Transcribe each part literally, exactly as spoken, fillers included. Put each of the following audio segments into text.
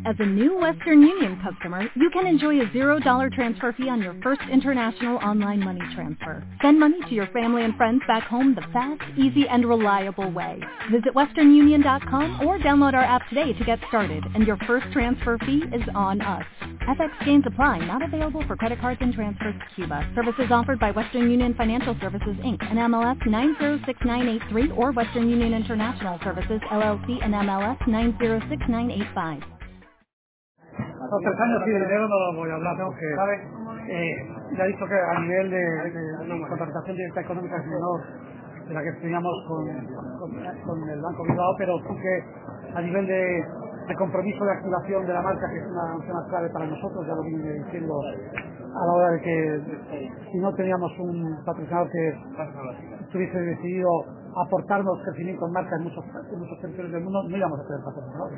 As a new Western Union customer, you can enjoy a zero dollar transfer fee on your first international online money transfer. Send money to your family and friends back home the fast, easy, and reliable way. Visit western union dot com or download our app today to get started, and your first transfer fee is on us. F X gains apply, not available for credit cards and transfers to Cuba. Services offered by Western Union Financial Services, Incorporated, and M L S nine zero six nine eight three or Western Union International Services, L L C, and M L S nine zero six nine eight five. Los tres años sí, de dinero no lo voy a hablar, porque eh, ya he dicho que a nivel de, de contratación directa económica es menor de la que teníamos con, con, con el Banco Bilbao, pero sí que a nivel de, de compromiso de activación de la marca, que es una, un tema clave para nosotros, ya lo vine diciendo a la hora de que si no teníamos un patrocinador que estuviese decidido aportarnos crecimiento en marca en muchos, en muchos territorios del mundo, no íbamos a tener patrocinador.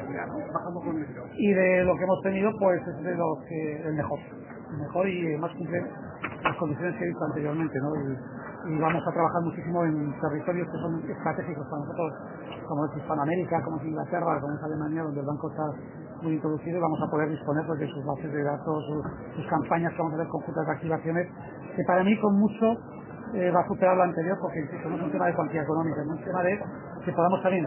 Y de lo que hemos tenido, pues es de los que el mejor, el mejor y más cumple las condiciones que he visto anteriormente, ¿no? Y, y vamos a trabajar muchísimo en territorios que son estratégicos para nosotros, como es Hispanoamérica, como es Inglaterra, como es Alemania, donde el banco está muy introducido, y vamos a poder disponer pues, de sus bases de datos, sus, sus campañas, que vamos a hacer conjuntas de activaciones, que para mí con mucho eh, va a superar lo anterior, porque insisto, no es un tema de cuantía económica, es un tema de que podamos también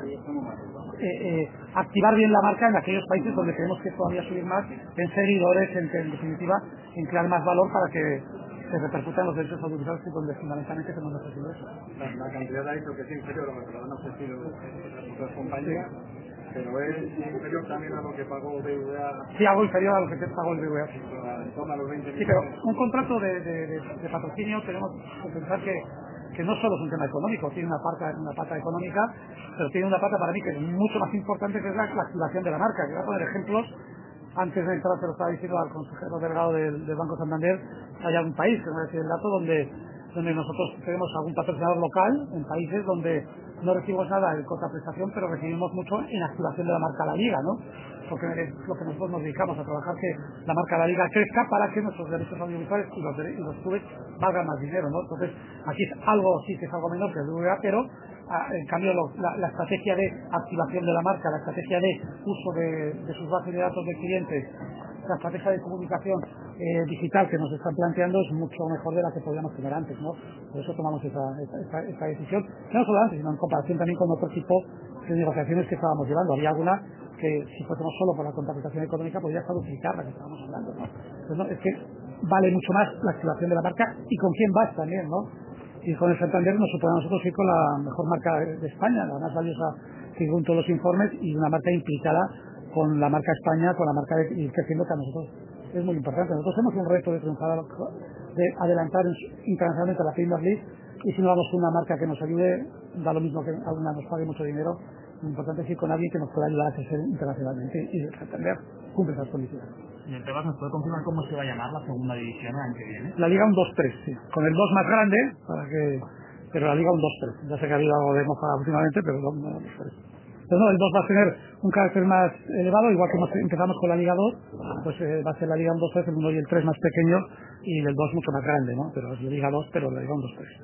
eh, eh, activar bien la marca en aquellos países donde tenemos que todavía subir más en seguidores, en, en definitiva, en crear más valor para que se repercutan los derechos audiovisuales, que donde fundamentalmente tenemos nuestros ingresos. La, la cantidad ha dicho que es inferior a lo que lo han ofrecido otras compañías, sí. Pero es inferior también a lo que pagó B B V A. Sí, algo inferior a lo que pagó el B B V A. Sí, toma los veinte sí, pero un contrato de, de, de, de patrocinio tenemos que pensar que, que no solo es un tema económico, tiene una parte, una pata económica, pero tiene una pata para mí que es mucho más importante, que es la, la activación de la marca. Voy a poner ejemplos. Antes de entrar, se lo estaba diciendo al consejero delegado del, del Banco Santander, hay algún país, que no voy a decir el dato, donde, donde nosotros tenemos algún patrocinador local, en países donde no recibimos nada en contraprestación, pero recibimos mucho en activación de la marca La Liga, ¿no? Porque es lo que nosotros nos dedicamos a trabajar, que la marca La Liga crezca para que nuestros derechos audiovisuales y los, y los clubes valgan más dinero, ¿no? Entonces, aquí es algo, sí que es algo menor que el B B V A, pero a, en cambio lo, la, la estrategia de activación de la marca, la estrategia de uso de, de sus bases de datos de clientes, la estrategia de comunicación eh, digital que nos están planteando es mucho mejor de la que podíamos tener antes, ¿no? Por eso tomamos esa, esa, esa, esa decisión, no solo antes, sino en comparación también con otro tipo de negociaciones que estábamos llevando. Había alguna que, si fuésemos solo por la contratación económica, podría hasta duplicar la que estábamos hablando, ¿no? Entonces, ¿no? Es que vale mucho más la activación de la marca y con quién vas también, ¿no? Y con el Santander nos supone a nosotros ir con la mejor marca de España, la más valiosa según todos los informes, y una marca implicada con la marca España, con la marca de ir creciendo, que a nosotros es muy importante. Nosotros tenemos un reto de triunfar, de adelantar internacionalmente a la Premier League, y si no vamos con una marca que nos ayude, da lo mismo que a una nos pague mucho dinero. Lo importante es ir con alguien que nos pueda ayudar a crecer internacionalmente, y el Santander cumple esas condiciones. Señor Tebas, ¿nos puede confirmar cómo se va a llamar la segunda división el año que viene? La Liga uno dos tres, sí. Con el dos más grande, para que, pero la Liga uno dos tres. Ya sé que ha habido algo de mofa últimamente, pero no, no, no, pero no, el dos va a tener un carácter más elevado, igual que empezamos con la Liga dos, pues eh, va a ser la Liga uno dos tres, el uno y el tres más pequeño, y el dos mucho más grande, ¿no? Pero es la Liga dos, pero la Liga uno dos tres.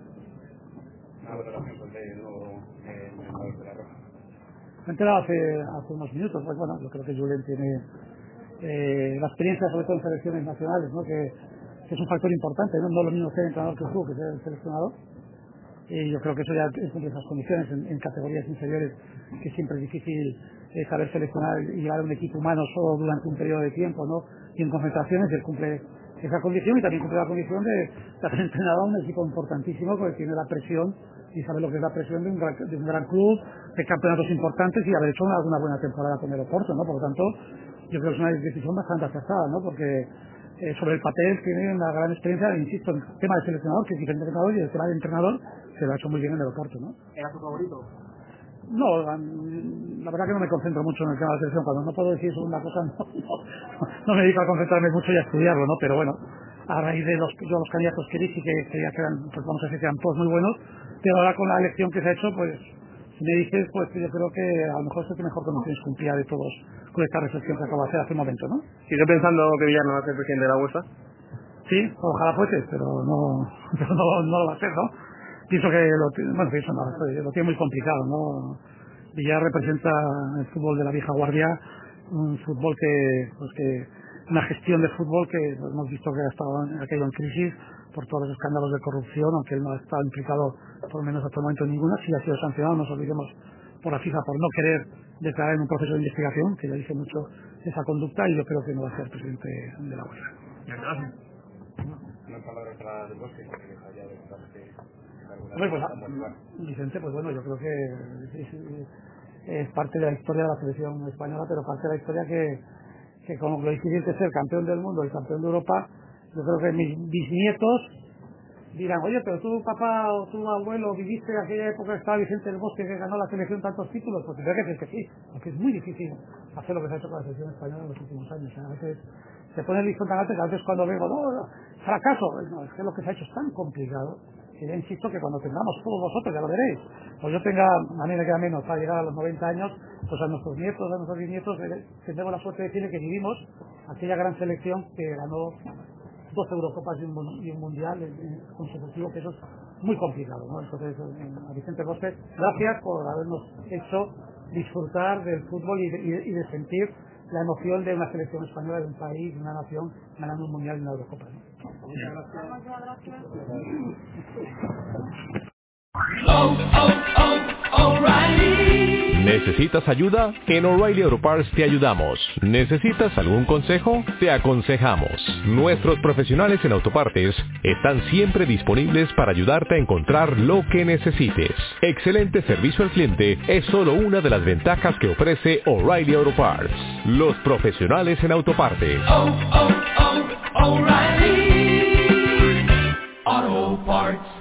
Una valoración con el nuevo entrenador de la Roja. Me he enterado hace, hace unos minutos, pues bueno, yo creo que Julen tiene eh, la experiencia, sobre todo en selecciones nacionales, ¿no? Que, que es un factor importante, ¿no? No lo mismo ser entrenador que tú, que ser el seleccionador. Y yo creo que eso ya es en esas condiciones, en, en categorías inferiores, que siempre es difícil eh, saber seleccionar y llevar un equipo humano solo durante un periodo de tiempo, ¿no? Y en concentraciones él cumple esa condición, y también cumple la condición de, de haber entrenado a un equipo importantísimo, porque tiene la presión y sabe lo que es la presión de un gran, de un gran club, de campeonatos importantes, y haber hecho una, una buena temporada con el Oporto, ¿no? Por lo tanto, yo creo que es una decisión bastante acertada, ¿no? Porque eh, sobre el papel tiene una gran experiencia, insisto, en el tema de seleccionador, que es diferente de entrenador, y el tema de entrenador se lo ha hecho muy bien en el Oporto, ¿no? ¿Era tu favorito? No, la verdad que no me concentro mucho en el tema de la selección. Cuando no puedo decir sobre una cosa, no, no, no me dedico a concentrarme mucho y a estudiarlo, ¿no? Pero bueno, a raíz de los, yo los candidatos que vi, sí que creía que eran, pues vamos a decir que eran todos muy buenos, pero ahora con la elección que se ha hecho, pues si me dices, pues yo creo que a lo mejor es el que mejor condiciones cumplía de todos con esta reflexión que acabo de hacer hace un momento, ¿no? ¿Sigue pensando que Villar no va a ser presidente de la UEFA? Sí, ojalá fuese, pero no, pero no, no lo va a hacer, ¿no? Pienso que lo, bueno, pienso no, lo tiene muy complicado, ¿no? Villar representa el fútbol de la vieja guardia, un fútbol que, pues que una gestión de fútbol que hemos visto que ha estado ha caído en crisis por todos los escándalos de corrupción, aunque él no ha estado implicado por lo menos hasta el momento en ninguna. Sí ha sido sancionado, no nos olvidemos, por la FIFA por no querer declarar en un proceso de investigación, que ya dice mucho esa conducta, y yo creo que no va a ser presidente de la UEFA. Gracias. Una palabra para el Bosque, porque allá de que Hombre, pues, Vicente, pues bueno, yo creo que es, es parte de la historia de la selección española, pero parte de la historia que, que como lo difícil de ser campeón del mundo y campeón de Europa, yo creo que mis bisnietos dirán, oye, pero tú, papá, o tu abuelo, viviste en aquella época que estaba Vicente del Bosque, que ganó la selección tantos títulos. Pues tendría que decir que sí, porque es muy difícil hacer lo que se ha hecho con la selección española en los últimos años. A veces se pone el listón tan alto que a veces cuando veo, no, no, fracaso, no, es que lo que se ha hecho es tan complicado que ya insisto que cuando tengamos todos vosotros, ya lo veréis, pues yo tenga, a mí me queda menos para llegar a los noventa años, pues a nuestros nietos, a nuestros bisnietos, tendremos la suerte de decirle que vivimos aquella gran selección que ganó dos Eurocopas y un, y un Mundial en, en consecutivo, que eso es muy complicado, ¿no? Entonces, a Vicente Bosque, gracias por habernos hecho disfrutar del fútbol y de, y de, y de sentir la emoción de una selección española, de un país, de una nación ganando un Mundial y una Eurocopa, ¿no? Muchas gracias. Oh, oh, oh, O'Reilly. ¿Necesitas ayuda? En O'Reilly Auto Parts te ayudamos. ¿Necesitas algún consejo? Te aconsejamos. Nuestros profesionales en autopartes están siempre disponibles para ayudarte a encontrar lo que necesites. Excelente servicio al cliente es solo una de las ventajas que ofrece O'Reilly Auto Parts. Los profesionales en autopartes. Oh, oh, oh, O'Reilly Auto Parts.